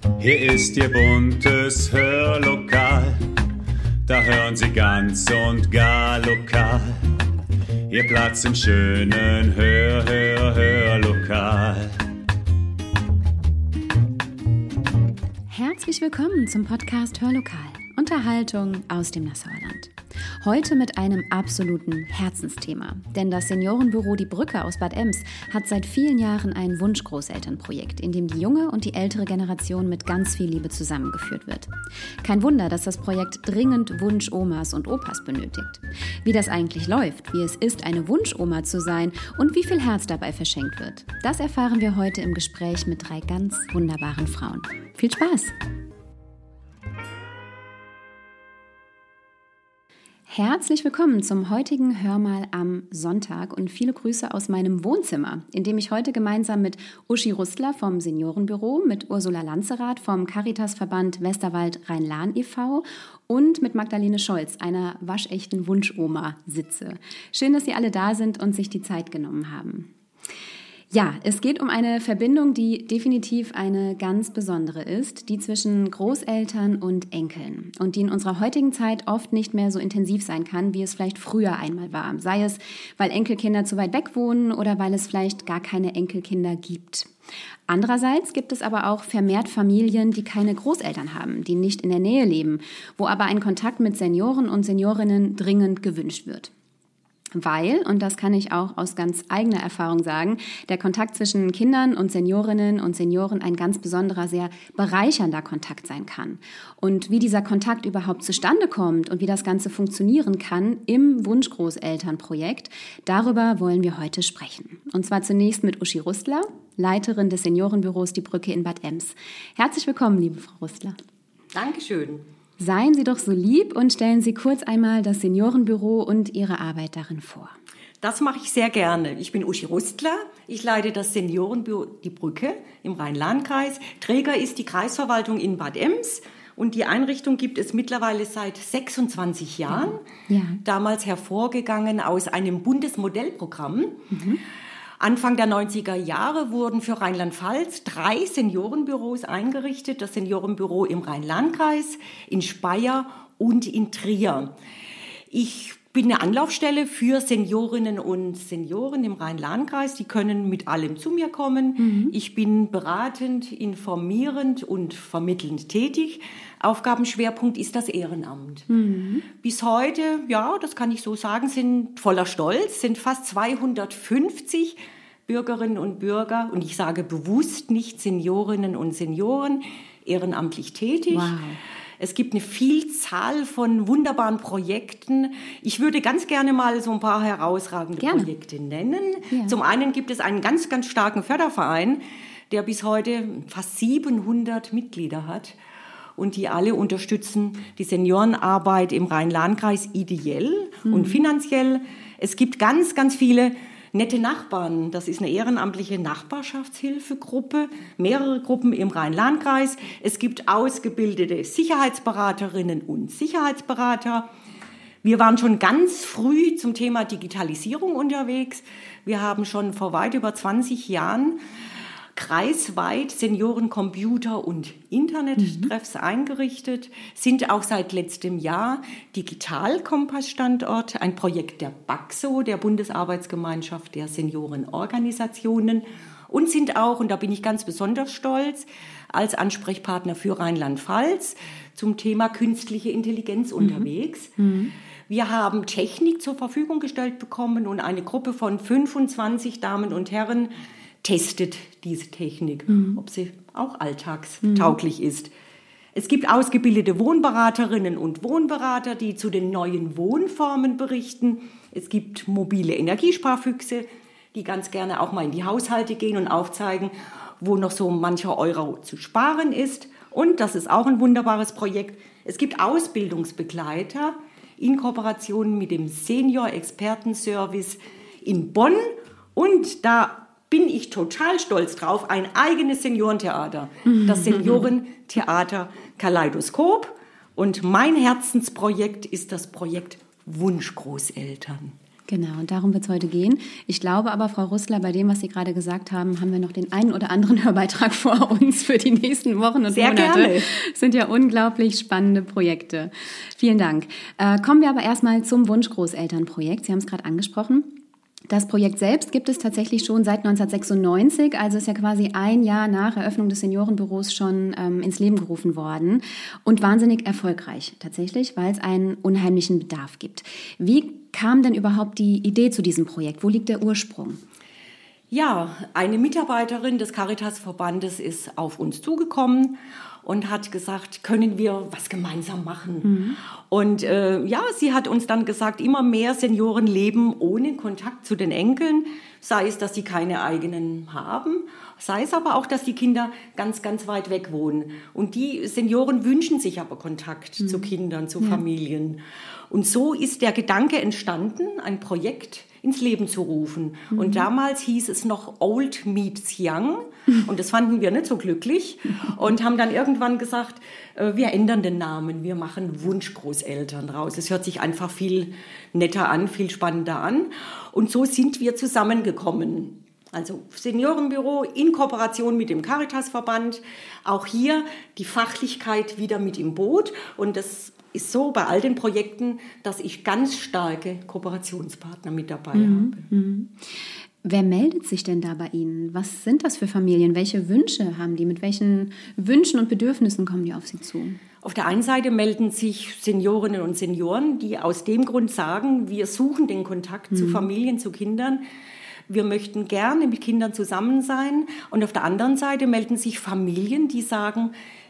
Hier ist Ihr buntes Hörlokal, da hören Sie ganz und gar lokal. Ihr Platz im schönen Hörlokal. Herzlich willkommen zum Podcast Hörlokal. Unterhaltung aus dem Nassauer Land. Heute mit einem absoluten Herzensthema. Denn das Seniorenbüro Die Brücke aus Bad Ems hat seit vielen Jahren ein Wunschgroßelternprojekt, in dem die junge und die ältere Generation mit ganz viel Liebe zusammengeführt wird. Kein Wunder, dass das Projekt dringend Wunschomas und Opas benötigt. Wie das eigentlich läuft, wie es ist, eine Wunschoma zu sein und wie viel Herz dabei verschenkt wird, das erfahren wir heute im Gespräch mit 3 ganz wunderbaren Frauen. Viel Spaß! Herzlich willkommen zum heutigen Hörmal am Sonntag und viele Grüße aus meinem Wohnzimmer, in dem ich heute gemeinsam mit Uschi Rustler vom Seniorenbüro, mit Ursula Lanzerath vom Caritasverband Westerwald Rhein-Lahn e.V. und mit Magdalene Scholz, einer waschechten Wunschoma, sitze. Schön, dass Sie alle da sind und sich die Zeit genommen haben. Ja, es geht um eine Verbindung, die definitiv eine ganz besondere ist, die zwischen Großeltern und Enkeln und die in unserer heutigen Zeit oft nicht mehr so intensiv sein kann, wie es vielleicht früher einmal war. Sei es, weil Enkelkinder zu weit weg wohnen oder weil es vielleicht gar keine Enkelkinder gibt. Andererseits gibt es aber auch vermehrt Familien, die keine Großeltern haben, die nicht in der Nähe leben, wo aber ein Kontakt mit Senioren und Seniorinnen dringend gewünscht wird. Weil, und das kann ich auch aus ganz eigener Erfahrung sagen, der Kontakt zwischen Kindern und Seniorinnen und Senioren ein ganz besonderer, sehr bereichernder Kontakt sein kann. Und wie dieser Kontakt überhaupt zustande kommt und wie das Ganze funktionieren kann im Wunschgroßelternprojekt, darüber wollen wir heute sprechen. Und zwar zunächst mit Uschi Rustler, Leiterin des Seniorenbüros Die Brücke in Bad Ems. Herzlich willkommen, liebe Frau Rustler. Dankeschön. Seien Sie doch so lieb und stellen Sie kurz einmal das Seniorenbüro und Ihre Arbeit darin vor. Das mache ich sehr gerne. Ich bin Uschi Rustler. Ich leite das Seniorenbüro Die Brücke im Rhein-Lahn-Kreis. Träger ist die Kreisverwaltung in Bad Ems. Und die Einrichtung gibt es mittlerweile seit 26 Jahren. Ja. Damals hervorgegangen aus einem Bundesmodellprogramm. Mhm. Anfang der 90er Jahre wurden für Rheinland-Pfalz 3 Seniorenbüros eingerichtet. Das Seniorenbüro im Rhein-Lahn-Kreis, in Speyer und in Trier. Ich bin eine Anlaufstelle für Seniorinnen und Senioren im Rhein-Lahn-Kreis. Die können mit allem zu mir kommen. Mhm. Ich bin beratend, informierend und vermittelnd tätig. Aufgabenschwerpunkt ist das Ehrenamt. Mhm. Bis heute, ja, das kann ich so sagen, sind voller Stolz, sind fast 250 Bürgerinnen und Bürger, und ich sage bewusst nicht Seniorinnen und Senioren, ehrenamtlich tätig. Wow. Es gibt eine Vielzahl von wunderbaren Projekten. Ich würde ganz gerne mal so ein paar herausragende Projekte nennen. Ja. Zum einen gibt es einen ganz, ganz starken Förderverein, der bis heute fast 700 Mitglieder hat. Und die alle unterstützen die Seniorenarbeit im Rhein-Lahn-Kreis ideell und finanziell. Es gibt ganz, ganz viele nette Nachbarn. Das ist eine ehrenamtliche Nachbarschaftshilfegruppe, mehrere Gruppen im Rhein-Lahn-Kreis. Es gibt ausgebildete Sicherheitsberaterinnen und Sicherheitsberater. Wir waren schon ganz früh zum Thema Digitalisierung unterwegs. Wir haben schon vor weit über 20 Jahren kreisweit Seniorencomputer- und Internettreffs eingerichtet, sind auch seit letztem Jahr Digitalkompass-Standort, ein Projekt der BAXO, der Bundesarbeitsgemeinschaft der Seniorenorganisationen, und sind auch, und da bin ich ganz besonders stolz, als Ansprechpartner für Rheinland-Pfalz zum Thema künstliche Intelligenz unterwegs. Mhm. Wir haben Technik zur Verfügung gestellt bekommen und eine Gruppe von 25 Damen und Herren testet diese Technik, ob sie auch alltagstauglich ist. Es gibt ausgebildete Wohnberaterinnen und Wohnberater, die zu den neuen Wohnformen berichten. Es gibt mobile Energiesparfüchse, die ganz gerne auch mal in die Haushalte gehen und aufzeigen, wo noch so mancher Euro zu sparen ist. Und das ist auch ein wunderbares Projekt. Es gibt Ausbildungsbegleiter in Kooperation mit dem Senior-Experten-Service in Bonn. Und da bin ich total stolz drauf, ein eigenes Seniorentheater, das Seniorentheater Kaleidoskop. Und mein Herzensprojekt ist das Projekt Wunschgroßeltern. Genau, und darum wird es heute gehen. Ich glaube aber, Frau Rüssler, bei dem, was Sie gerade gesagt haben, haben wir noch den einen oder anderen Hörbeitrag vor uns für die nächsten Wochen und Sehr Monate. gerne. Das sind ja unglaublich spannende Projekte. Vielen Dank. Kommen wir aber erstmal zum Wunschgroßelternprojekt. Sie haben es gerade angesprochen. Das Projekt selbst gibt es tatsächlich schon seit 1996, also ist ja quasi ein Jahr nach Eröffnung des Seniorenbüros schon ins Leben gerufen worden und wahnsinnig erfolgreich tatsächlich, weil es einen unheimlichen Bedarf gibt. Wie kam denn überhaupt die Idee zu diesem Projekt? Wo liegt der Ursprung? Ja, eine Mitarbeiterin des Caritas-Verbandes ist auf uns zugekommen und hat gesagt, können wir was gemeinsam machen? Mhm. Und sie hat uns dann gesagt, immer mehr Senioren leben ohne Kontakt zu den Enkeln, sei es, dass sie keine eigenen haben, sei es aber auch, dass die Kinder ganz, ganz weit weg wohnen. Und die Senioren wünschen sich aber Kontakt zu Kindern, zu Familien. Und so ist der Gedanke entstanden, ein Projekt ins Leben zu rufen. Mhm. Und damals hieß es noch Old Meets Young. Und das fanden wir nicht so glücklich. Und haben dann irgendwann gesagt, wir ändern den Namen. Wir machen Wunschgroßeltern raus. Es hört sich einfach viel netter an, viel spannender an. Und so sind wir zusammengekommen. Also Seniorenbüro in Kooperation mit dem Caritas-Verband. Auch hier die Fachlichkeit wieder mit im Boot. Und das ist so bei all den Projekten, dass ich ganz starke Kooperationspartner mit dabei habe. Mhm. Wer meldet sich denn da bei Ihnen? Was sind das für Familien? Welche Wünsche haben die? Mit welchen Wünschen und Bedürfnissen kommen die auf Sie zu? Auf der einen Seite melden sich Seniorinnen und Senioren, die aus dem Grund sagen, wir suchen den Kontakt zu Familien, zu Kindern. Wir möchten gerne mit Kindern zusammen sein. Und auf der anderen Seite melden sich Familien, die sagen,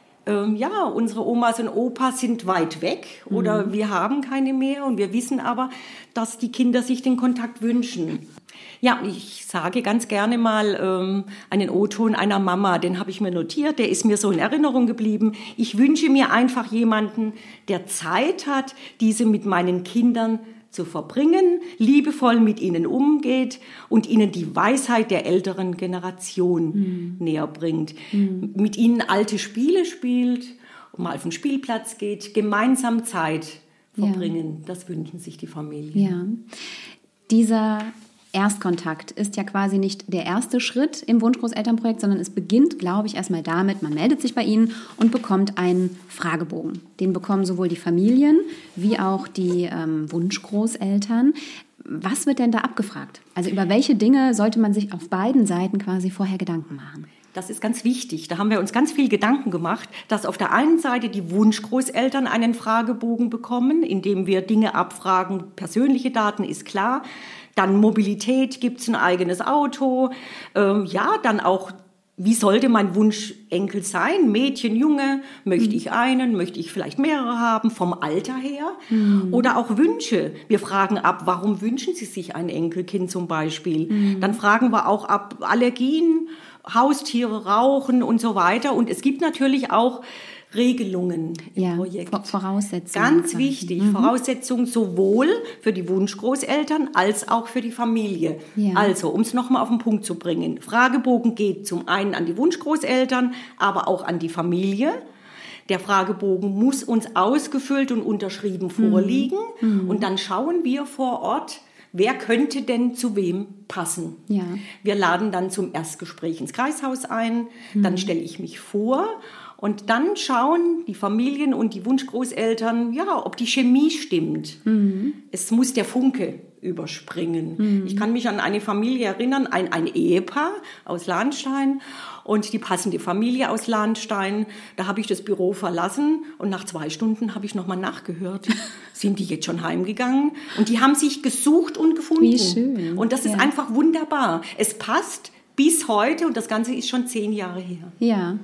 unsere Omas und Opas sind weit weg oder wir haben keine mehr und wir wissen aber, dass die Kinder sich den Kontakt wünschen. Ja, ich sage ganz gerne mal einen O-Ton einer Mama, den habe ich mir notiert, der ist mir so in Erinnerung geblieben. Ich wünsche mir einfach jemanden, der Zeit hat, diese mit meinen Kindern zu verbringen, liebevoll mit ihnen umgeht und ihnen die Weisheit der älteren Generation näher bringt. Mit ihnen alte Spiele spielt, mal auf den Spielplatz geht, gemeinsam Zeit verbringen. Ja. Das wünschen sich die Familien. Ja. Dieser Erstkontakt ist ja quasi nicht der erste Schritt im Wunschgroßelternprojekt, sondern es beginnt, glaube ich, erstmal damit, man meldet sich bei Ihnen und bekommt einen Fragebogen. Den bekommen sowohl die Familien wie auch die Wunschgroßeltern. Was wird denn da abgefragt? Also über welche Dinge sollte man sich auf beiden Seiten quasi vorher Gedanken machen? Das ist ganz wichtig. Da haben wir uns ganz viel Gedanken gemacht, dass auf der einen Seite die Wunschgroßeltern einen Fragebogen bekommen, in dem wir Dinge abfragen. Persönliche Daten ist klar. Dann Mobilität, gibt es ein eigenes Auto? Dann auch, wie sollte mein Wunschenkel sein? Mädchen, Junge, möchte ich einen, möchte ich vielleicht mehrere haben, vom Alter her? Oder auch Wünsche. Wir fragen ab, warum wünschen Sie sich ein Enkelkind zum Beispiel? Dann fragen wir auch ab, Allergien, Haustiere, Rauchen und so weiter. Und es gibt natürlich auch Regelungen im Projekt. Voraussetzungen. Ganz wichtig, Voraussetzungen sowohl für die Wunschgroßeltern als auch für die Familie. Ja. Also, um es nochmal auf den Punkt zu bringen, Fragebogen geht zum einen an die Wunschgroßeltern, aber auch an die Familie. Der Fragebogen muss uns ausgefüllt und unterschrieben vorliegen. Und dann schauen wir vor Ort, wer könnte denn zu wem passen? Ja. Wir laden dann zum Erstgespräch ins Kreishaus ein, dann stelle ich mich vor und dann schauen die Familien und die Wunschgroßeltern, ob die Chemie stimmt. Es muss der Funke überspringen. Ich kann mich an eine Familie erinnern, ein Ehepaar aus Lahnstein und die passende Familie aus Lahnstein. Da habe ich das Büro verlassen und nach 2 Stunden habe ich nochmal nachgehört. Sind die jetzt schon heimgegangen? Und die haben sich gesucht und gefunden. Wie schön. Und das ist einfach wunderbar. Es passt bis heute und das Ganze ist schon 10 Jahre her. Ja.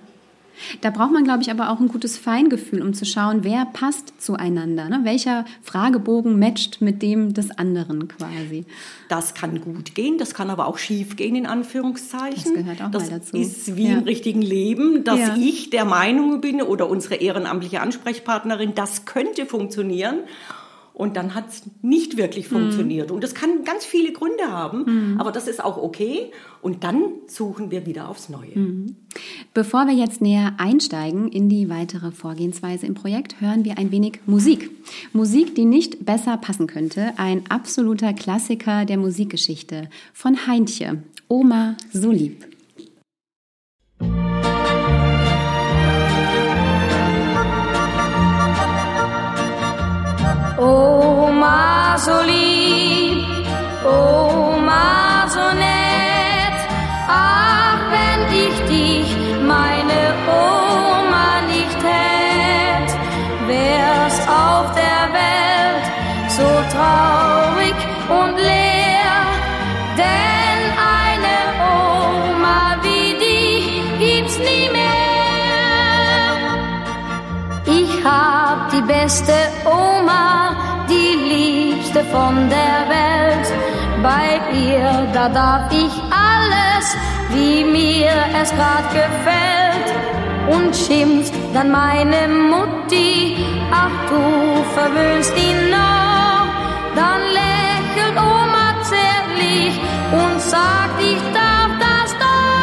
Da braucht man, glaube ich, aber auch ein gutes Feingefühl, um zu schauen, wer passt zueinander. Ne? Welcher Fragebogen matcht mit dem des anderen quasi. Das kann gut gehen, das kann aber auch schief gehen, in Anführungszeichen. Das gehört auch mal dazu. Das ist wie im richtigen Leben, dass ich der Meinung bin oder unsere ehrenamtliche Ansprechpartnerin, das könnte funktionieren. Und dann hat es nicht wirklich funktioniert. Und das kann ganz viele Gründe haben, aber das ist auch okay. Und dann suchen wir wieder aufs Neue. Bevor wir jetzt näher einsteigen in die weitere Vorgehensweise im Projekt, hören wir ein wenig Musik. Musik, die nicht besser passen könnte. Ein absoluter Klassiker der Musikgeschichte von Heintje, Oma so lieb. Oma so lieb, Oma so nett, ach, wenn ich dich, meine Oma, nicht hätt, wär's auf der Welt so traurig und leer, denn eine Oma wie dich gibt's nie mehr. Ich hab die beste Oma, die liebste von der Welt. Bei ihr, da darf ich alles, wie mir es grad gefällt. Und schimpft dann meine Mutti, ach du verwöhnst ihn noch. Dann lächelt Oma zärtlich und sagt, ich darf das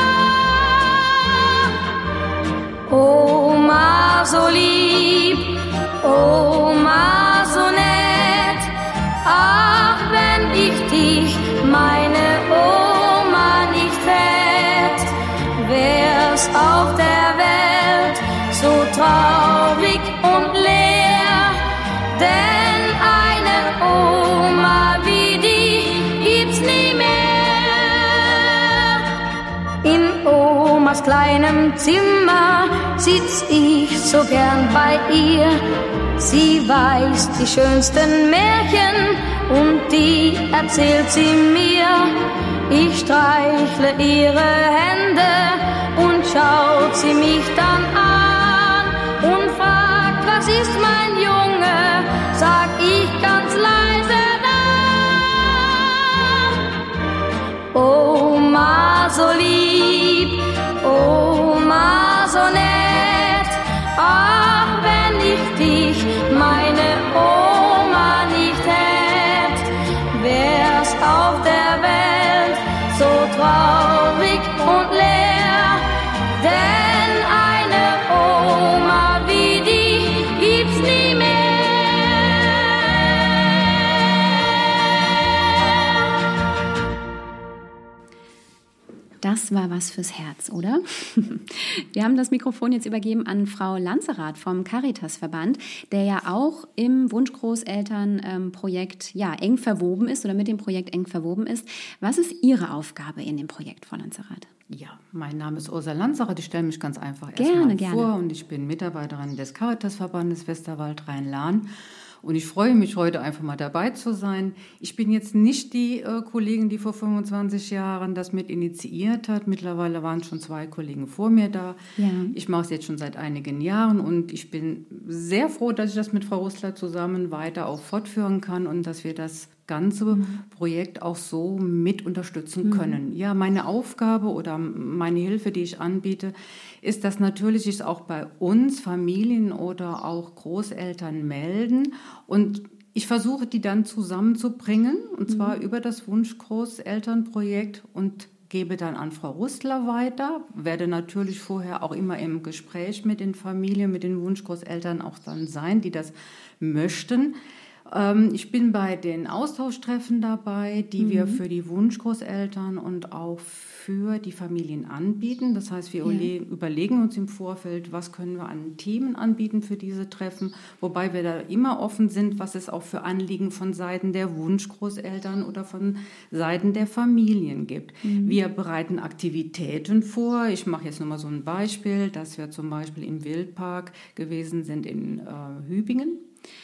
doch. Oma so lieb, Oma so nett, ach, wenn ich dich, meine Oma, nicht hätt, wär's auf der Welt so traurig und leer, denn eine Oma wie dich gibt's nie mehr. In Omas kleinem Zimmer sitz ich so gern bei ihr. Sie weiß die schönsten Märchen und die erzählt sie mir. Ich streichle ihre Hände und schaut sie mich dann an und fragt, was ist mein Junge? Sag ich ganz leise dann. Oma so lieb, Oma so nett, ach, wenn ich dich, meine Oma, nicht hätt, wär's auf der Welt so traurig und leer, denn eine Oma wie dich gibt's nie mehr. Das war was fürs Herz, oder? Wir haben das Mikrofon jetzt übergeben an Frau Lanzerath vom Caritasverband, der ja auch im Wunschgroßelternprojekt eng verwoben ist oder mit dem Projekt eng verwoben ist. Was ist Ihre Aufgabe in dem Projekt, Frau Lanzerath? Ja, mein Name ist Ursula Lanzerath. Ich stelle mich ganz einfach gerne vor und ich bin Mitarbeiterin des Caritasverbandes Westerwald-Rhein-Lahn. Und ich freue mich, heute einfach mal dabei zu sein. Ich bin jetzt nicht die Kollegin, die vor 25 Jahren das mit initiiert hat. Mittlerweile waren schon 2 Kollegen vor mir da. Ja. Ich mache es jetzt schon seit einigen Jahren und ich bin sehr froh, dass ich das mit Frau Rustler zusammen weiter auch fortführen kann und dass wir das ganze Projekt auch so mit unterstützen können. Ja, meine Aufgabe oder meine Hilfe, die ich anbiete, ist, dass natürlich sich auch bei uns Familien oder auch Großeltern melden und ich versuche, die dann zusammenzubringen und zwar über das Wunschgroßelternprojekt und gebe dann an Frau Rustler weiter, werde natürlich vorher auch immer im Gespräch mit den Familien, mit den Wunschgroßeltern auch dann sein, die das möchten. Ich bin bei den Austauschtreffen dabei, die wir für die Wunschgroßeltern und auch für die Familien anbieten. Das heißt, wir überlegen uns im Vorfeld, was können wir an Themen anbieten für diese Treffen, wobei wir da immer offen sind, was es auch für Anliegen von Seiten der Wunschgroßeltern oder von Seiten der Familien gibt. Wir bereiten Aktivitäten vor. Ich mache jetzt nochmal so ein Beispiel, dass wir zum Beispiel im Wildpark gewesen sind in Hübingen.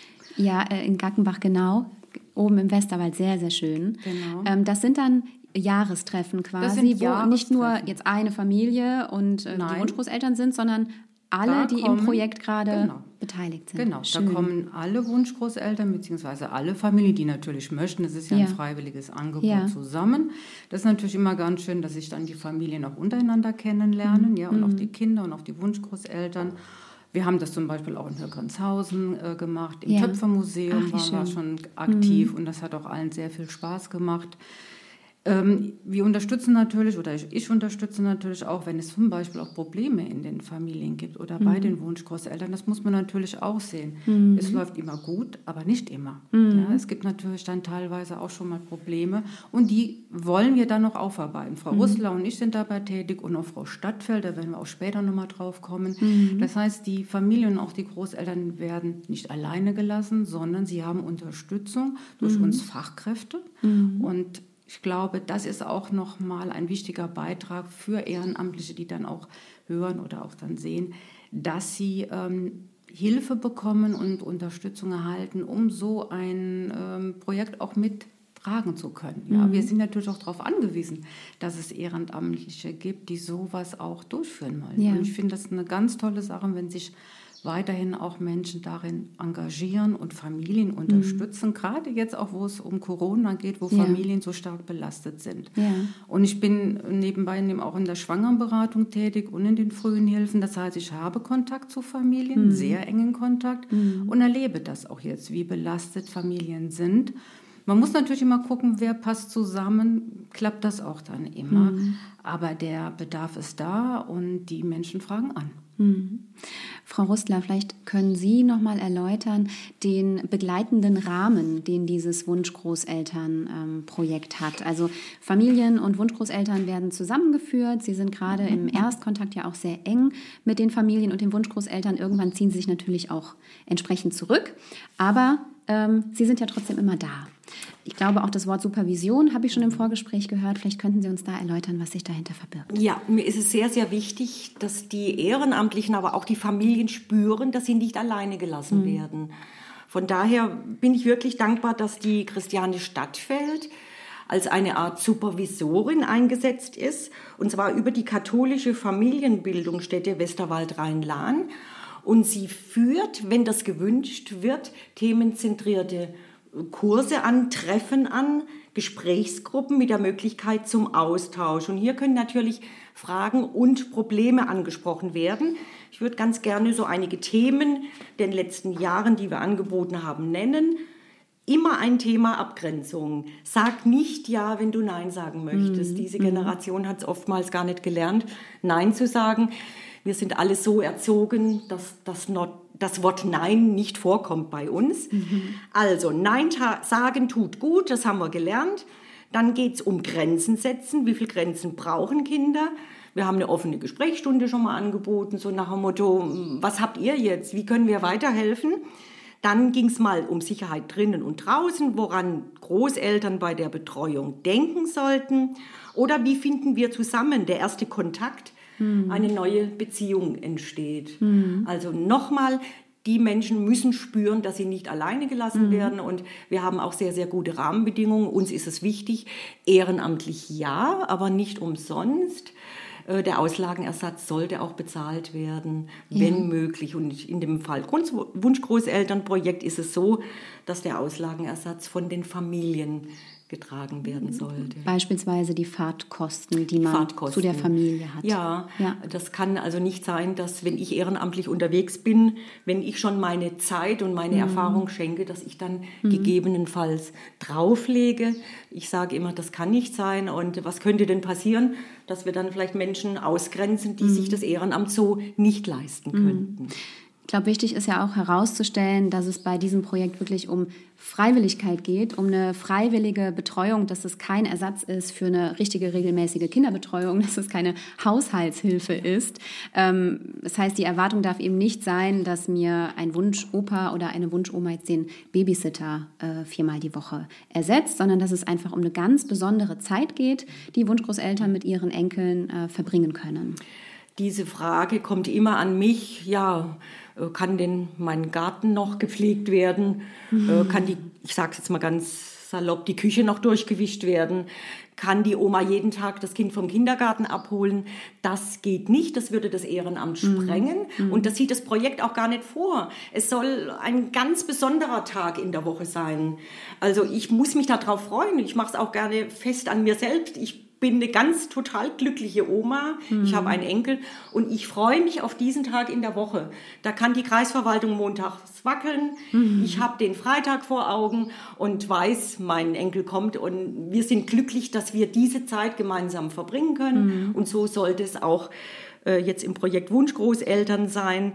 Ja, in Gackenbach, genau. Oben im Westerwald, sehr, sehr schön. Genau. Das sind dann Jahrestreffen quasi, wo nicht nur jetzt eine Familie und die Wunschgroßeltern sind, sondern alle, die im Projekt gerade beteiligt sind. Genau, schön. Da kommen alle Wunschgroßeltern bzw. alle Familien, die natürlich möchten. Das ist ja ein freiwilliges Angebot zusammen. Das ist natürlich immer ganz schön, dass sich dann die Familien auch untereinander kennenlernen, und auch die Kinder und auch die Wunschgroßeltern. Wir haben das zum Beispiel auch in Höckernshausen gemacht. Im Töpfermuseum waren wir schon aktiv und das hat auch allen sehr viel Spaß gemacht. Wir unterstützen natürlich, oder ich unterstütze natürlich auch, wenn es zum Beispiel auch Probleme in den Familien gibt oder bei den Wunschgroßeltern, das muss man natürlich auch sehen. Es läuft immer gut, aber nicht immer. Ja, es gibt natürlich dann teilweise auch schon mal Probleme und die wollen wir dann noch aufarbeiten. Frau Russler und ich sind dabei tätig und auch Frau Stadtfeld, da werden wir auch später nochmal drauf kommen. Das heißt, die Familien und auch die Großeltern werden nicht alleine gelassen, sondern sie haben Unterstützung durch uns Fachkräfte und ich glaube, das ist auch nochmal ein wichtiger Beitrag für Ehrenamtliche, die dann auch hören oder auch dann sehen, dass sie Hilfe bekommen und Unterstützung erhalten, um so ein Projekt auch mittragen zu können. Ja, wir sind natürlich auch darauf angewiesen, dass es Ehrenamtliche gibt, die sowas auch durchführen wollen. Ja. Und ich finde das eine ganz tolle Sache, wenn sich weiterhin auch Menschen darin engagieren und Familien unterstützen, gerade jetzt auch, wo es um Corona geht, wo Familien so stark belastet sind. Ja. Und ich bin nebenbei auch in der Schwangerenberatung tätig und in den frühen Hilfen. Das heißt, ich habe Kontakt zu Familien, sehr engen Kontakt und erlebe das auch jetzt, wie belastet Familien sind. Man muss natürlich immer gucken, wer passt zusammen, klappt das auch dann immer. Aber der Bedarf ist da und die Menschen fragen an. Frau Rustler, vielleicht können Sie noch mal erläutern den begleitenden Rahmen, den dieses Wunschgroßeltern-Projekt hat. Also Familien und Wunschgroßeltern werden zusammengeführt. Sie sind gerade im Erstkontakt ja auch sehr eng mit den Familien und den Wunschgroßeltern. Irgendwann ziehen sie sich natürlich auch entsprechend zurück. Aber Sie sind ja trotzdem immer da. Ich glaube, auch das Wort Supervision habe ich schon im Vorgespräch gehört. Vielleicht könnten Sie uns da erläutern, was sich dahinter verbirgt. Ja, mir ist es sehr, sehr wichtig, dass die Ehrenamtlichen, aber auch die Familien spüren, dass sie nicht alleine gelassen werden. Von daher bin ich wirklich dankbar, dass die Christiane Stadtfeld als eine Art Supervisorin eingesetzt ist, und zwar über die katholische Familienbildungsstätte Westerwald-Rhein-Lahn. Und sie führt, wenn das gewünscht wird, themenzentrierte Kurse an, Treffen an, Gesprächsgruppen mit der Möglichkeit zum Austausch. Und hier können natürlich Fragen und Probleme angesprochen werden. Ich würde ganz gerne so einige Themen der letzten Jahren, die wir angeboten haben, nennen. Immer ein Thema Abgrenzung. Sag nicht ja, wenn du Nein sagen möchtest. Diese Generation hat es oftmals gar nicht gelernt, Nein zu sagen. Wir sind alle so erzogen, dass das Wort Nein nicht vorkommt bei uns. Also Nein sagen tut gut, das haben wir gelernt. Dann geht es um Grenzen setzen. Wie viele Grenzen brauchen Kinder? Wir haben eine offene Gesprächsstunde schon mal angeboten, so nach dem Motto, was habt ihr jetzt? Wie können wir weiterhelfen? Dann ging es mal um Sicherheit drinnen und draußen, woran Großeltern bei der Betreuung denken sollten. Oder wie finden wir zusammen, der erste Kontakt, eine neue Beziehung entsteht. Also nochmal, die Menschen müssen spüren, dass sie nicht alleine gelassen werden, und wir haben auch sehr, sehr gute Rahmenbedingungen. Uns ist es wichtig, ehrenamtlich ja, aber nicht umsonst. Der Auslagenersatz sollte auch bezahlt werden, wenn möglich. Und in dem Fall Wunschgroßelternprojekt ist es so, dass der Auslagenersatz von den Familien getragen werden sollte. Beispielsweise die Fahrtkosten, die man zu der Familie hat. Ja, das kann also nicht sein, dass, wenn ich ehrenamtlich unterwegs bin, wenn ich schon meine Zeit und meine Erfahrung schenke, dass ich dann gegebenenfalls drauflege. Ich sage immer, das kann nicht sein. Und was könnte denn passieren, dass wir dann vielleicht Menschen ausgrenzen, die sich das Ehrenamt so nicht leisten könnten? Ich glaube, wichtig ist ja auch herauszustellen, dass es bei diesem Projekt wirklich um Freiwilligkeit geht, um eine freiwillige Betreuung, dass es kein Ersatz ist für eine richtige, regelmäßige Kinderbetreuung, dass es keine Haushaltshilfe ist. Das heißt, die Erwartung darf eben nicht sein, dass mir ein Wunschopa oder eine Wunschoma jetzt den Babysitter 4-mal die Woche ersetzt, sondern dass es einfach um eine ganz besondere Zeit geht, die Wunschgroßeltern mit ihren Enkeln verbringen können. Diese Frage kommt immer an mich, ja, kann denn mein Garten noch gepflegt werden? Kann ich sage es jetzt mal ganz salopp, die Küche noch durchgewischt werden? Kann die Oma jeden Tag das Kind vom Kindergarten abholen? Das geht nicht, das würde das Ehrenamt sprengen. Und das sieht das Projekt auch gar nicht vor. Es soll ein ganz besonderer Tag in der Woche sein. Also ich muss mich darauf freuen. Ich mache es auch gerne fest an mir selbst. Ich bin eine ganz total glückliche Oma. Ich habe einen Enkel und ich freue mich auf diesen Tag in der Woche. Da kann die Kreisverwaltung montags wackeln. Ich habe den Freitag vor Augen und weiß, mein Enkel kommt und wir sind glücklich, dass wir diese Zeit gemeinsam verbringen können. Und so sollte es auch jetzt im Projekt Wunschgroßeltern sein.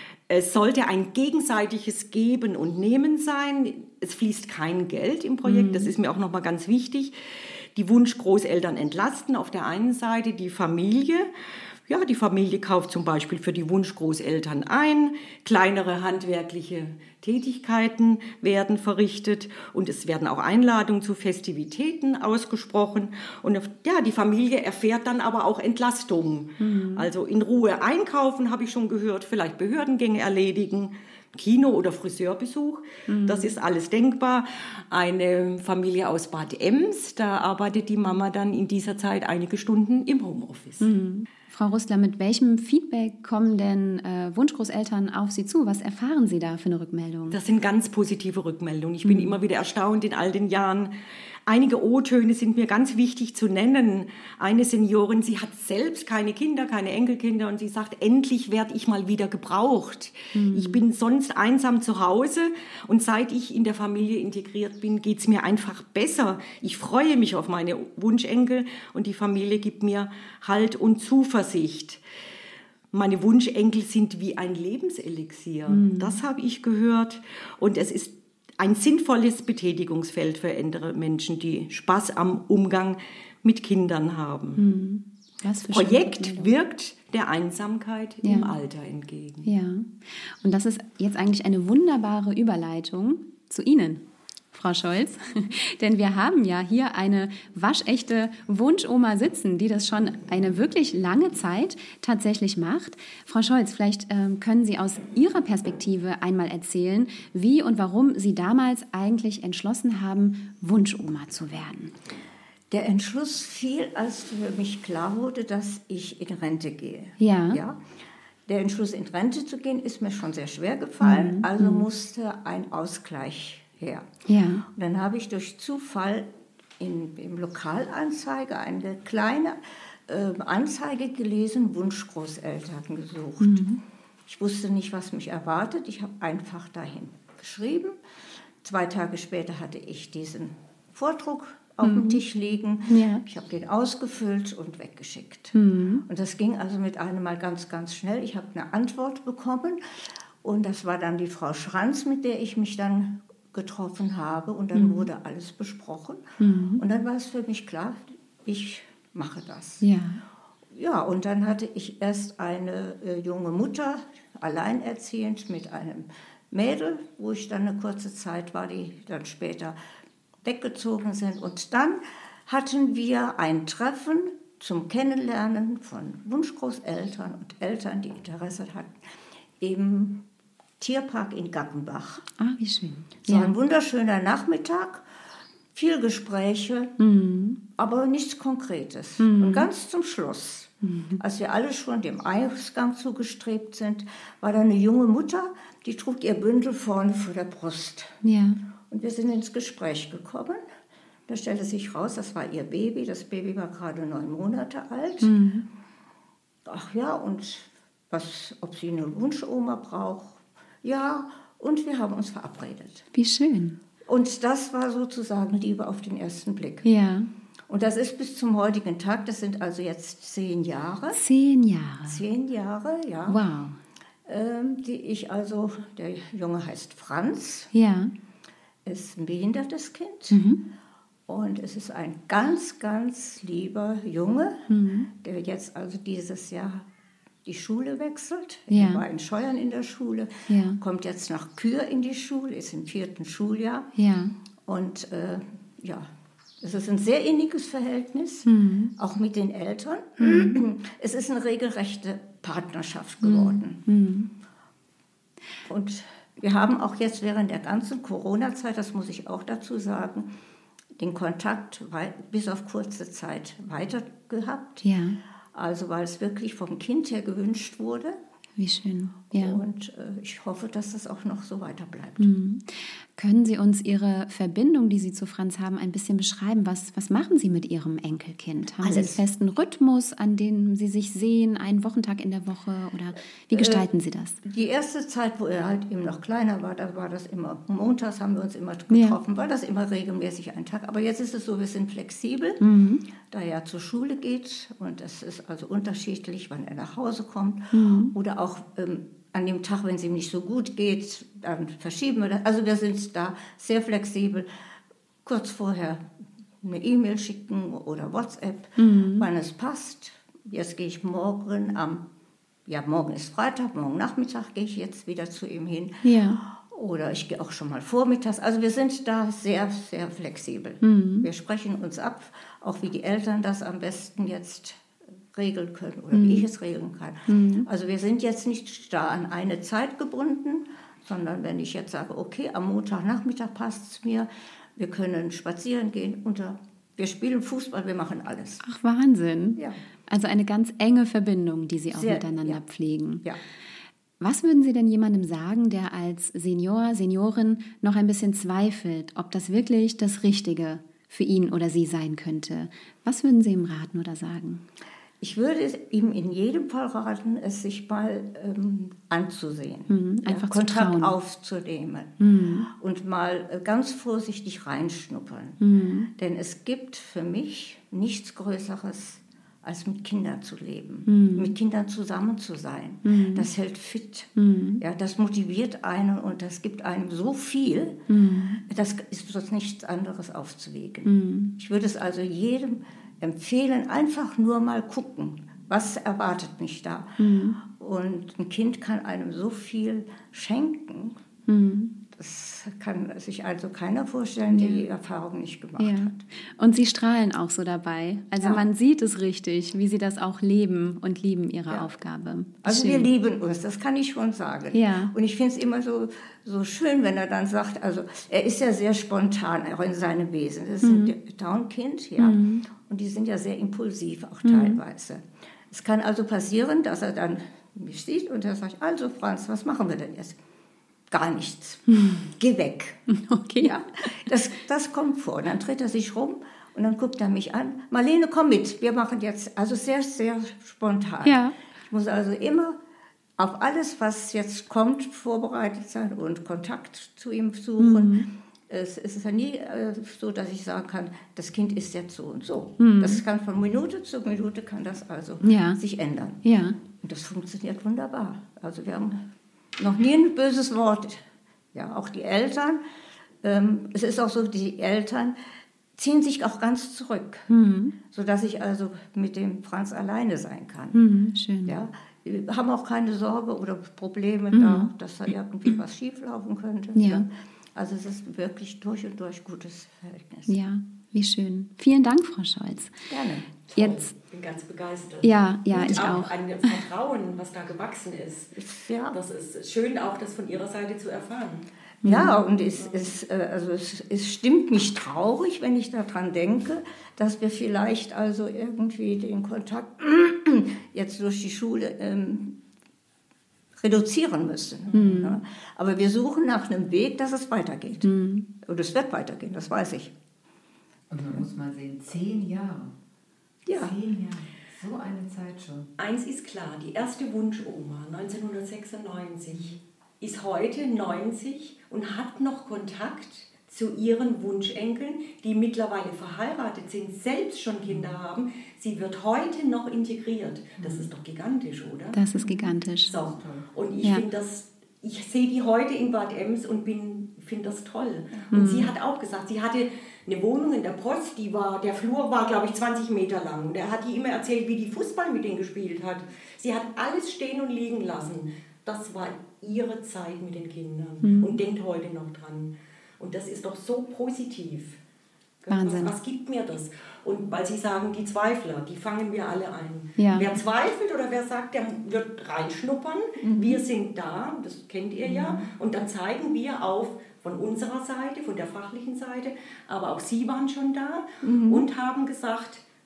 Es sollte ein gegenseitiges Geben und Nehmen sein. Es fließt kein Geld im Projekt, das ist mir auch nochmal ganz wichtig. Die Wunschgroßeltern entlasten auf der einen Seite die Familie. Ja, die Familie kauft zum Beispiel für die Wunschgroßeltern ein. Kleinere handwerkliche Tätigkeiten werden verrichtet und es werden auch Einladungen zu Festivitäten ausgesprochen. Und ja, die Familie erfährt dann aber auch Entlastungen. Also in Ruhe einkaufen, habe ich schon gehört, vielleicht Behördengänge erledigen. Kino- oder Friseurbesuch, das ist alles denkbar. Eine Familie aus Bad Ems, da arbeitet die Mama dann in dieser Zeit einige Stunden im Homeoffice. Frau Rustler, mit welchem Feedback kommen denn Wunschgroßeltern auf Sie zu? Was erfahren Sie da für eine Rückmeldung? Das sind ganz positive Rückmeldungen. Ich bin immer wieder erstaunt in all den Jahren. Einige O-Töne sind mir ganz wichtig zu nennen. Eine Seniorin, sie hat selbst keine Kinder, keine Enkelkinder und sie sagt, endlich werde ich mal wieder gebraucht. Ich bin sonst einsam zu Hause und seit ich in der Familie integriert bin, geht es mir einfach besser. Ich freue mich auf meine Wunschenkel und die Familie gibt mir Halt und Zuversicht. Meine Wunschenkel sind wie ein Lebenselixier. Das habe ich gehört und es ist ein sinnvolles Betätigungsfeld für ältere Menschen, die Spaß am Umgang mit Kindern haben. Das Projekt wirkt der Einsamkeit im Alter entgegen. Ja, und das ist jetzt eigentlich eine wunderbare Überleitung zu Ihnen, Frau Scholz, denn wir haben ja hier eine waschechte Wunschoma sitzen, die das schon eine wirklich lange Zeit tatsächlich macht. Frau Scholz, vielleicht können Sie aus Ihrer Perspektive einmal erzählen, wie und warum Sie damals eigentlich entschlossen haben, Wunschoma zu werden. Der Entschluss fiel, als für mich klar wurde, dass ich in Rente gehe. Ja. Der Entschluss, in Rente zu gehen, ist mir schon sehr schwer gefallen, also musste ein Ausgleich her. Ja. Und dann habe ich durch Zufall im Lokalanzeiger eine kleine Anzeige gelesen, Wunschgroßeltern gesucht. Ich wusste nicht, was mich erwartet. Ich habe einfach dahin geschrieben. 2 Tage später hatte ich diesen Vordruck auf dem Tisch liegen. Ja. Ich habe den ausgefüllt und weggeschickt. Und das ging also mit einem Mal ganz, ganz schnell. Ich habe eine Antwort bekommen und das war dann die Frau Schranz, mit der ich mich dann getroffen habe und dann wurde alles besprochen und dann war es für mich klar, ich mache das. Ja, und dann hatte ich erst eine junge Mutter, alleinerziehend mit einem Mädel, wo ich dann eine kurze Zeit war, die dann später weggezogen sind und dann hatten wir ein Treffen zum Kennenlernen von Wunschgroßeltern und Eltern, die Interesse hatten, im Tierpark in Gackenbach. Ah, wie schön. So ein wunderschöner Nachmittag, viel Gespräche, aber nichts Konkretes. Und ganz zum Schluss, als wir alle schon dem Eingang zugestrebt sind, war da eine junge Mutter, die trug ihr Bündel vorne vor der Brust. Ja. Und wir sind ins Gespräch gekommen. Da stellte sich raus, das war ihr Baby. Das Baby war gerade 9 Monate alt. Ach ja, und ob sie eine Wunschoma braucht. Ja, und wir haben uns verabredet. Wie schön. Und das war sozusagen Liebe auf den ersten Blick. Ja. Und das ist bis zum heutigen Tag, das sind also jetzt 10 Jahre. 10 Jahre. 10 Jahre, ja. Wow. Der Junge heißt Franz. Ja. Ist ein behindertes Kind. Und es ist ein ganz, ganz lieber Junge, der jetzt also dieses Jahr die Schule wechselt. Er war in Scheuern in der Schule, kommt jetzt nach Kür in die Schule, ist im 4. Schuljahr. Ja. Und es ist ein sehr inniges Verhältnis, auch mit den Eltern. Es ist eine regelrechte Partnerschaft geworden. Und wir haben auch jetzt während der ganzen Corona-Zeit, das muss ich auch dazu sagen, den Kontakt bis auf kurze Zeit weiter gehabt. Ja. Also weil es wirklich vom Kind her gewünscht wurde. Wie schön. Ja. Und ich hoffe, dass das auch noch so weiter bleibt. Können Sie uns Ihre Verbindung, die Sie zu Franz haben, ein bisschen beschreiben? Was machen Sie mit Ihrem Enkelkind? Haben Sie einen festen Rhythmus, an dem Sie sich sehen, einen Wochentag in der Woche? Oder wie gestalten Sie das? Die erste Zeit, wo er halt eben noch kleiner war, da war das immer, montags haben wir uns immer getroffen, war das immer regelmäßig ein Tag. Aber jetzt ist es so, wir sind flexibel, da er zur Schule geht und es ist also unterschiedlich, wann er nach Hause kommt oder auch an dem Tag, wenn es ihm nicht so gut geht, dann verschieben wir das. Also wir sind da sehr flexibel. Kurz vorher eine E-Mail schicken oder WhatsApp, wann es passt. Jetzt gehe ich morgen morgen ist Freitag, morgen Nachmittag gehe ich jetzt wieder zu ihm hin. Ja. Oder ich gehe auch schon mal vormittags. Also wir sind da sehr, sehr flexibel. Wir sprechen uns ab, auch wie die Eltern das am besten jetzt regeln können oder wie ich es regeln kann. Also wir sind jetzt nicht da an eine Zeit gebunden, sondern wenn ich jetzt sage, okay, am Montagnachmittag passt es mir, wir können spazieren gehen, wir spielen Fußball, wir machen alles. Ach, Wahnsinn. Ja. Also eine ganz enge Verbindung, die Sie auch Sehr, miteinander pflegen. Ja. Was würden Sie denn jemandem sagen, der als Senior, Seniorin noch ein bisschen zweifelt, ob das wirklich das Richtige für ihn oder sie sein könnte? Was würden Sie ihm raten oder sagen? Ich würde ihm in jedem Fall raten, es sich mal anzusehen, einfach zu Kontakt trauen. aufzunehmen und mal ganz vorsichtig reinschnuppern. Denn es gibt für mich nichts Größeres, als mit Kindern zu leben, mit Kindern zusammen zu sein. Das hält fit, ja, das motiviert einen und das gibt einem so viel, das ist uns nichts anderes aufzuwiegen. Ich würde es also jedem empfehlen, einfach nur mal gucken, was erwartet mich da. Und ein Kind kann einem so viel schenken, das kann sich also keiner vorstellen, der die Erfahrung nicht gemacht hat. Und Sie strahlen auch so dabei. Also man sieht es richtig, wie Sie das auch leben und lieben, Ihre Aufgabe. Also wir lieben uns, das kann ich schon sagen. Ja. Und ich finde es immer so schön, wenn er dann sagt, also er ist ja sehr spontan, auch in seinem Wesen. Das ist ein Down-Kind, und die sind ja sehr impulsiv auch teilweise. Es kann also passieren, dass er dann mich sieht und er sagt, also Franz, was machen wir denn jetzt? Gar nichts. Geh weg. Okay. Ja, das kommt vor. Dann dreht er sich rum und dann guckt er mich an. Marlene, komm mit. Wir machen jetzt, also sehr, sehr spontan. Ja. Ich muss also immer auf alles, was jetzt kommt, vorbereitet sein und Kontakt zu ihm suchen. Es ist ja nie so, dass ich sagen kann, das Kind ist jetzt so und so. Das kann von Minute zu Minute kann das also sich ändern. Ja. Und das funktioniert wunderbar. Also wir haben noch nie ein böses Wort. Ja, auch die Eltern. Es ist auch so, die Eltern ziehen sich auch ganz zurück, sodass ich also mit dem Franz alleine sein kann. Schön. Ja, wir haben auch keine Sorge oder Probleme da, dass da irgendwie was schieflaufen könnte. Ja. Also es ist wirklich durch und durch gutes Verhältnis. Ja, wie schön. Vielen Dank, Frau Scholz. Gerne. Jetzt, Ich bin ganz begeistert. ja, und ich auch. Ein Vertrauen, was da gewachsen ist. Ja. Das ist schön, auch das von Ihrer Seite zu erfahren. Ja, und es stimmt mich traurig, wenn ich daran denke, dass wir vielleicht also irgendwie den Kontakt jetzt durch die Schule reduzieren müssen. Ja. Aber wir suchen nach einem Weg, dass es weitergeht. Und es wird weitergehen, das weiß ich. Und man muss mal sehen, 10 Jahre. Ja. 10 Jahre, so eine Zeit schon. Eins ist klar, die erste Wunschoma 1996 ist heute 90 und hat noch Kontakt zu ihren Wunschenkeln, die mittlerweile verheiratet sind, selbst schon Kinder haben. Sie wird heute noch integriert. Das ist doch gigantisch, oder? Das ist gigantisch. So. Und ich finde das, ich sehe die heute in Bad Ems und finde das toll. Und sie hat auch gesagt, sie hatte eine Wohnung in der Post, der Flur war, glaube ich, 20 Meter lang. Und er hat ihr immer erzählt, wie die Fußball mit denen gespielt hat. Sie hat alles stehen und liegen lassen. Das war ihre Zeit mit den Kindern und denkt heute noch dran. Und das ist doch so positiv. Wahnsinn. Was gibt mir das? Und weil Sie sagen, die Zweifler, die fangen wir alle ein. Ja. Wer zweifelt oder wer sagt, der wird reinschnuppern, wir sind da, das kennt ihr ja, und dann zeigen wir auf von unserer Seite, von der fachlichen Seite, aber auch Sie waren schon da und haben gesagt,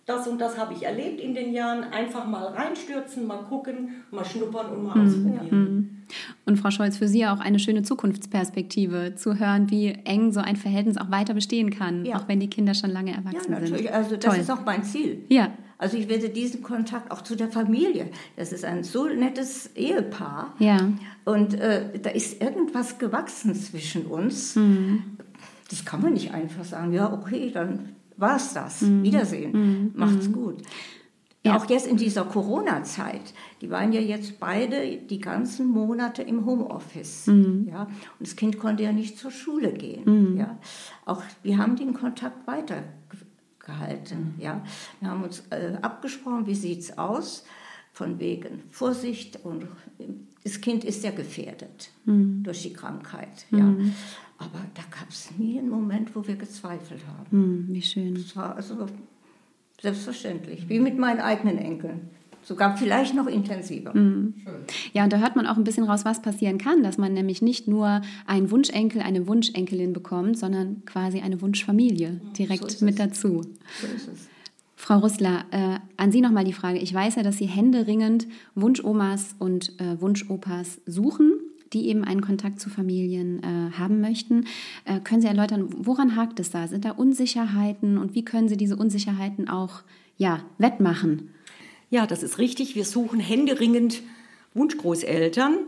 das und das habe ich erlebt in den Jahren, einfach mal reinstürzen, mal gucken, mal schnuppern und mal ausprobieren. Und Frau Scholz, für Sie auch eine schöne Zukunftsperspektive, zu hören, wie eng so ein Verhältnis auch weiter bestehen kann, auch wenn die Kinder schon lange erwachsen sind. Ja, natürlich. Also das ist auch mein Ziel. Ja. Also ich werde diesen Kontakt auch zu der Familie. Das ist ein so nettes Ehepaar. Ja. Und da ist irgendwas gewachsen zwischen uns. Das kann man nicht einfach sagen, ja, okay, dann war's das. Wiedersehen. Macht's gut. Ja. Auch jetzt in dieser Corona-Zeit, die waren ja jetzt beide die ganzen Monate im Homeoffice. Ja? Und das Kind konnte ja nicht zur Schule gehen. Ja? Auch wir haben den Kontakt weitergehalten. Ja? Wir haben uns abgesprochen, wie sieht es aus, von wegen Vorsicht. Und das Kind ist ja gefährdet durch die Krankheit. Ja? Aber da gab es nie einen Moment, wo wir gezweifelt haben. Wie schön. Das war also selbstverständlich, wie mit meinen eigenen Enkeln. Sogar vielleicht noch intensiver. Ja, und da hört man auch ein bisschen raus, was passieren kann, dass man nämlich nicht nur einen Wunschenkel, eine Wunschenkelin bekommt, sondern quasi eine Wunschfamilie direkt so mit dazu. So ist es. Frau Rüssler, an Sie nochmal die Frage. Ich weiß ja, dass Sie händeringend Wunschomas und Wunschopas suchen, die eben einen Kontakt zu Familien haben möchten. Können Sie erläutern, woran hakt es da? Sind da Unsicherheiten und wie können Sie diese Unsicherheiten auch wettmachen? Ja, das ist richtig. Wir suchen händeringend Wunschgroßeltern.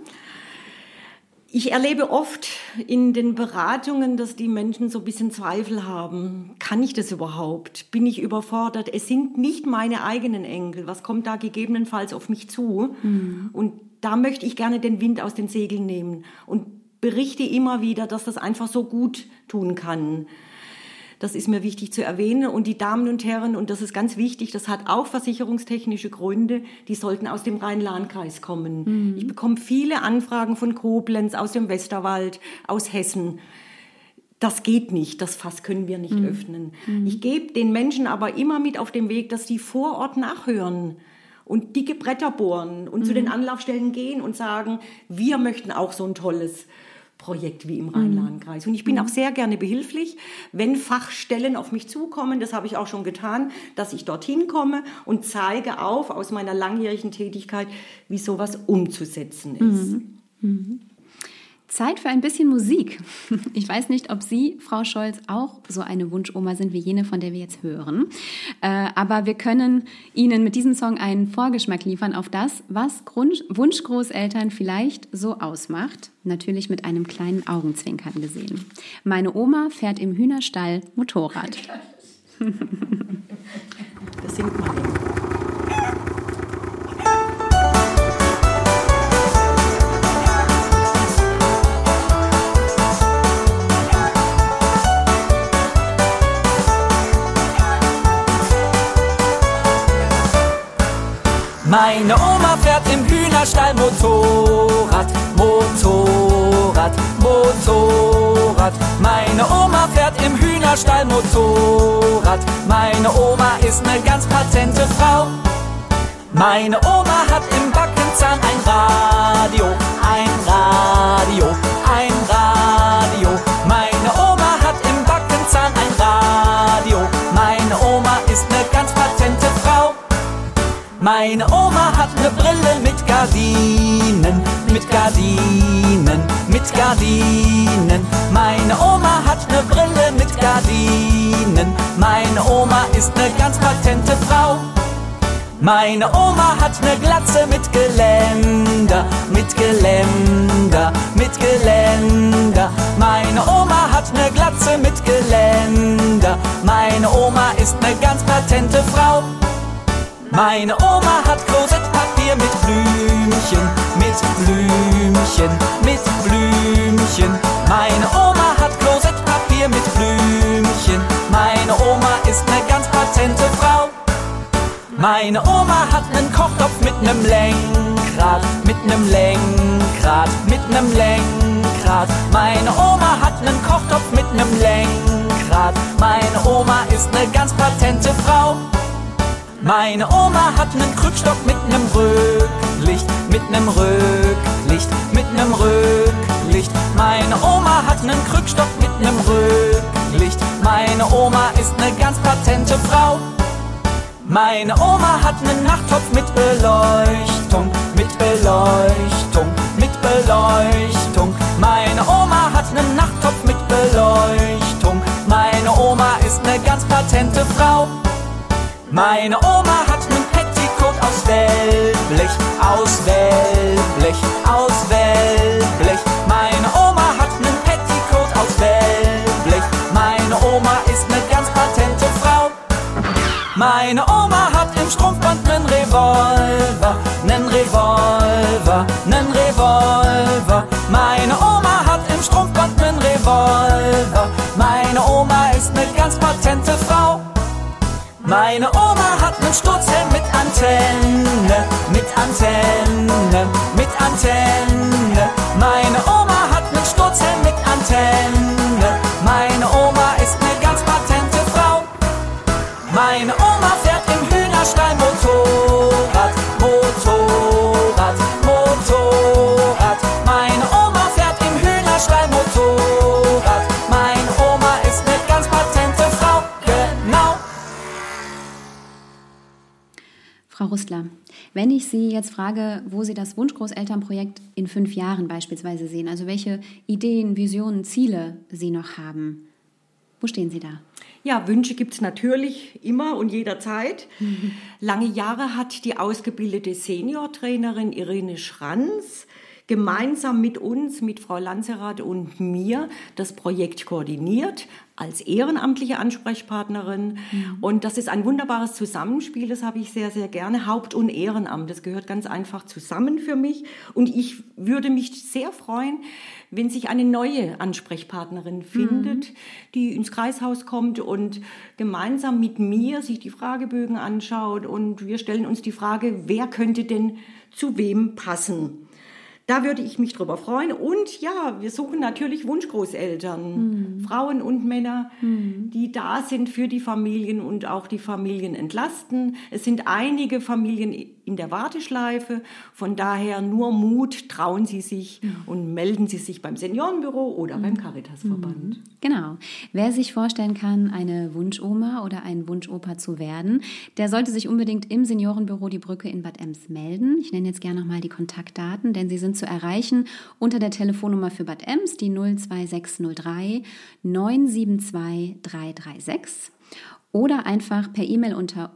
Ich erlebe oft in den Beratungen, dass die Menschen so ein bisschen Zweifel haben. Kann ich das überhaupt? Bin ich überfordert? Es sind nicht meine eigenen Enkel. Was kommt da gegebenenfalls auf mich zu? Und da möchte ich gerne den Wind aus den Segeln nehmen und berichte immer wieder, dass das einfach so gut tun kann. Das ist mir wichtig zu erwähnen. Und die Damen und Herren, und das ist ganz wichtig, das hat auch versicherungstechnische Gründe, die sollten aus dem Rhein-Lahn-Kreis kommen. Ich bekomme viele Anfragen von Koblenz, aus dem Westerwald, aus Hessen. Das geht nicht, das Fass können wir nicht öffnen. Ich gebe den Menschen aber immer mit auf den Weg, dass die vor Ort nachhören und dicke Bretter bohren und zu den Anlaufstellen gehen und sagen, wir möchten auch so ein tolles Projekt wie im Rhein-Lahn-Kreis. Und ich bin auch sehr gerne behilflich, wenn Fachstellen auf mich zukommen, das habe ich auch schon getan, dass ich dorthin komme und zeige auf aus meiner langjährigen Tätigkeit, wie sowas umzusetzen ist. Zeit für ein bisschen Musik. Ich weiß nicht, ob Sie, Frau Scholz, auch so eine Wunschoma sind wie jene, von der wir jetzt hören. Aber wir können Ihnen mit diesem Song einen Vorgeschmack liefern auf das, was Wunschgroßeltern vielleicht so ausmacht. Natürlich mit einem kleinen Augenzwinkern gesehen. Meine Oma fährt im Hühnerstall Motorrad. Das singt man immer. Meine Oma fährt im Hühnerstall Motorrad, Motorrad, Motorrad. Meine Oma fährt im Hühnerstall Motorrad. Meine Oma ist eine ganz patente Frau. Meine Oma hat im Backenzahn ein Radio, ein Radio, ein Radio. Meine Oma hat im Backenzahn ein Radio. Meine Oma ist eine ganz patente Frau. Meine Oma hat eine Brille mit Gardinen, mit Gardinen, mit Gardinen. Meine Oma hat eine Brille mit Gardinen. Meine Oma ist eine ganz patente Frau. Meine Oma hat eine Glatze mit Geländer, mit Geländer, mit Geländer. Meine Oma hat eine Glatze mit Geländer. Meine Oma ist eine ganz patente Frau. Meine Oma hat Klosettpapier mit Blümchen, mit Blümchen, mit Blümchen. Meine Oma hat Klosettpapier mit Blümchen. Meine Oma ist eine ganz patente Frau. Meine Oma hat einen Kochtopf mit nem Lenkrad, mit nem Lenkrad, mit nem Lenkrad. Meine Oma hat einen Kochtopf mit nem Lenkrad. Meine Oma ist eine ganz patente Frau. Meine Oma hat einen Krückstock mit nem Rücklicht, mit nem Rücklicht, mit nem Rücklicht. Meine Oma hat einen Krückstock mit nem Rücklicht. Meine Oma ist eine ganz patente Frau. Meine Oma hat einen Nachttopf mit Beleuchtung, mit Beleuchtung, mit Beleuchtung. Meine Oma hat einen Nachttopf mit Beleuchtung. Meine Oma ist eine ganz patente Frau. Meine Oma hat einen Petticoat aus Wellblech, aus Wellblech, aus Wellblech. Meine Oma hat einen Petticoat aus Wellblech. Meine Oma ist eine ganz patente Frau. Meine Oma hat im Strumpfband nen Revolver, nen Revolver, nen Revolver. Meine Oma hat im Strumpfband nen Revolver. Meine Oma ist ne ganz patente Frau. Meine Oma hat nen Sturzhelm mit Antenne, mit Antenne, mit Antenne. Meine Oma hat nen Sturzhelm mit Antenne. Meine Oma ist ne ganz patente Frau. Meine Oma fährt im Hühnerstall Motorrad, Motorrad, Motorrad. Meine Oma fährt im Hühnerstall Motorrad. Meine Oma ist ne ganz patente Frau, genau. Frau Rustler, wenn ich Sie jetzt frage, wo Sie das Wunschgroßelternprojekt in 5 Jahren beispielsweise sehen, also welche Ideen, Visionen, Ziele Sie noch haben, wo stehen Sie da? Ja, Wünsche gibt es natürlich immer und jederzeit. Lange Jahre hat die ausgebildete Seniortrainerin Irene Schranz gemeinsam mit uns, mit Frau Lanzerath und mir, das Projekt koordiniert als ehrenamtliche Ansprechpartnerin. Und das ist ein wunderbares Zusammenspiel, das habe ich sehr, sehr gerne. Haupt- und Ehrenamt, das gehört ganz einfach zusammen für mich. Und ich würde mich sehr freuen, wenn sich eine neue Ansprechpartnerin findet, die ins Kreishaus kommt und gemeinsam mit mir sich die Fragebögen anschaut. Und wir stellen uns die Frage, wer könnte denn zu wem passen? Da würde ich mich drüber freuen. Und ja, wir suchen natürlich Wunschgroßeltern, Frauen und Männer, die da sind für die Familien und auch die Familien entlasten. Es sind einige Familien in der Warteschleife. Von daher nur Mut, trauen Sie sich und melden Sie sich beim Seniorenbüro oder beim Caritasverband. Genau. Wer sich vorstellen kann, eine Wunschoma oder ein Wunschopa zu werden, der sollte sich unbedingt im Seniorenbüro Die Brücke in Bad Ems melden. Ich nenne jetzt gerne nochmal die Kontaktdaten, denn sie sind zu erreichen unter der Telefonnummer für Bad Ems, die 02603 972 336. Oder einfach per E-Mail unter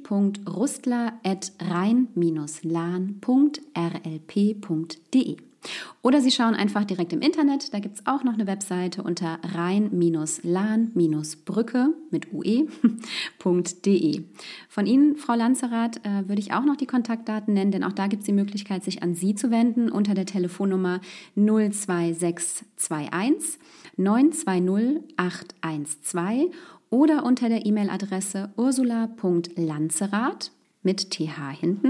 uschi.rustler@rhein-lahn.rlp.de. Oder Sie schauen einfach direkt im Internet, da gibt es auch noch eine Webseite unter rhein-lahn-brücke mit ue.de. Von Ihnen, Frau Lanzerath, würde ich auch noch die Kontaktdaten nennen, denn auch da gibt es die Möglichkeit, sich an Sie zu wenden unter der Telefonnummer 02621 920 812 oder unter der E-Mail-Adresse ursula.lanzerath mit th hinten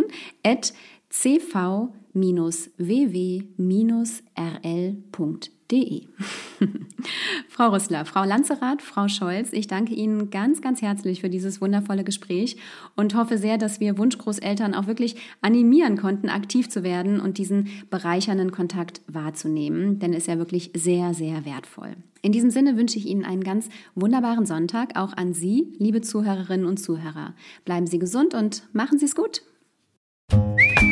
@cv-ww-rl.de. Frau Rustler, Frau Lanzerath, Frau Scholz, ich danke Ihnen ganz, ganz herzlich für dieses wundervolle Gespräch und hoffe sehr, dass wir Wunschgroßeltern auch wirklich animieren konnten, aktiv zu werden und diesen bereichernden Kontakt wahrzunehmen, denn er ist ja wirklich sehr, sehr wertvoll. In diesem Sinne wünsche ich Ihnen einen ganz wunderbaren Sonntag, auch an Sie, liebe Zuhörerinnen und Zuhörer. Bleiben Sie gesund und machen Sie es gut.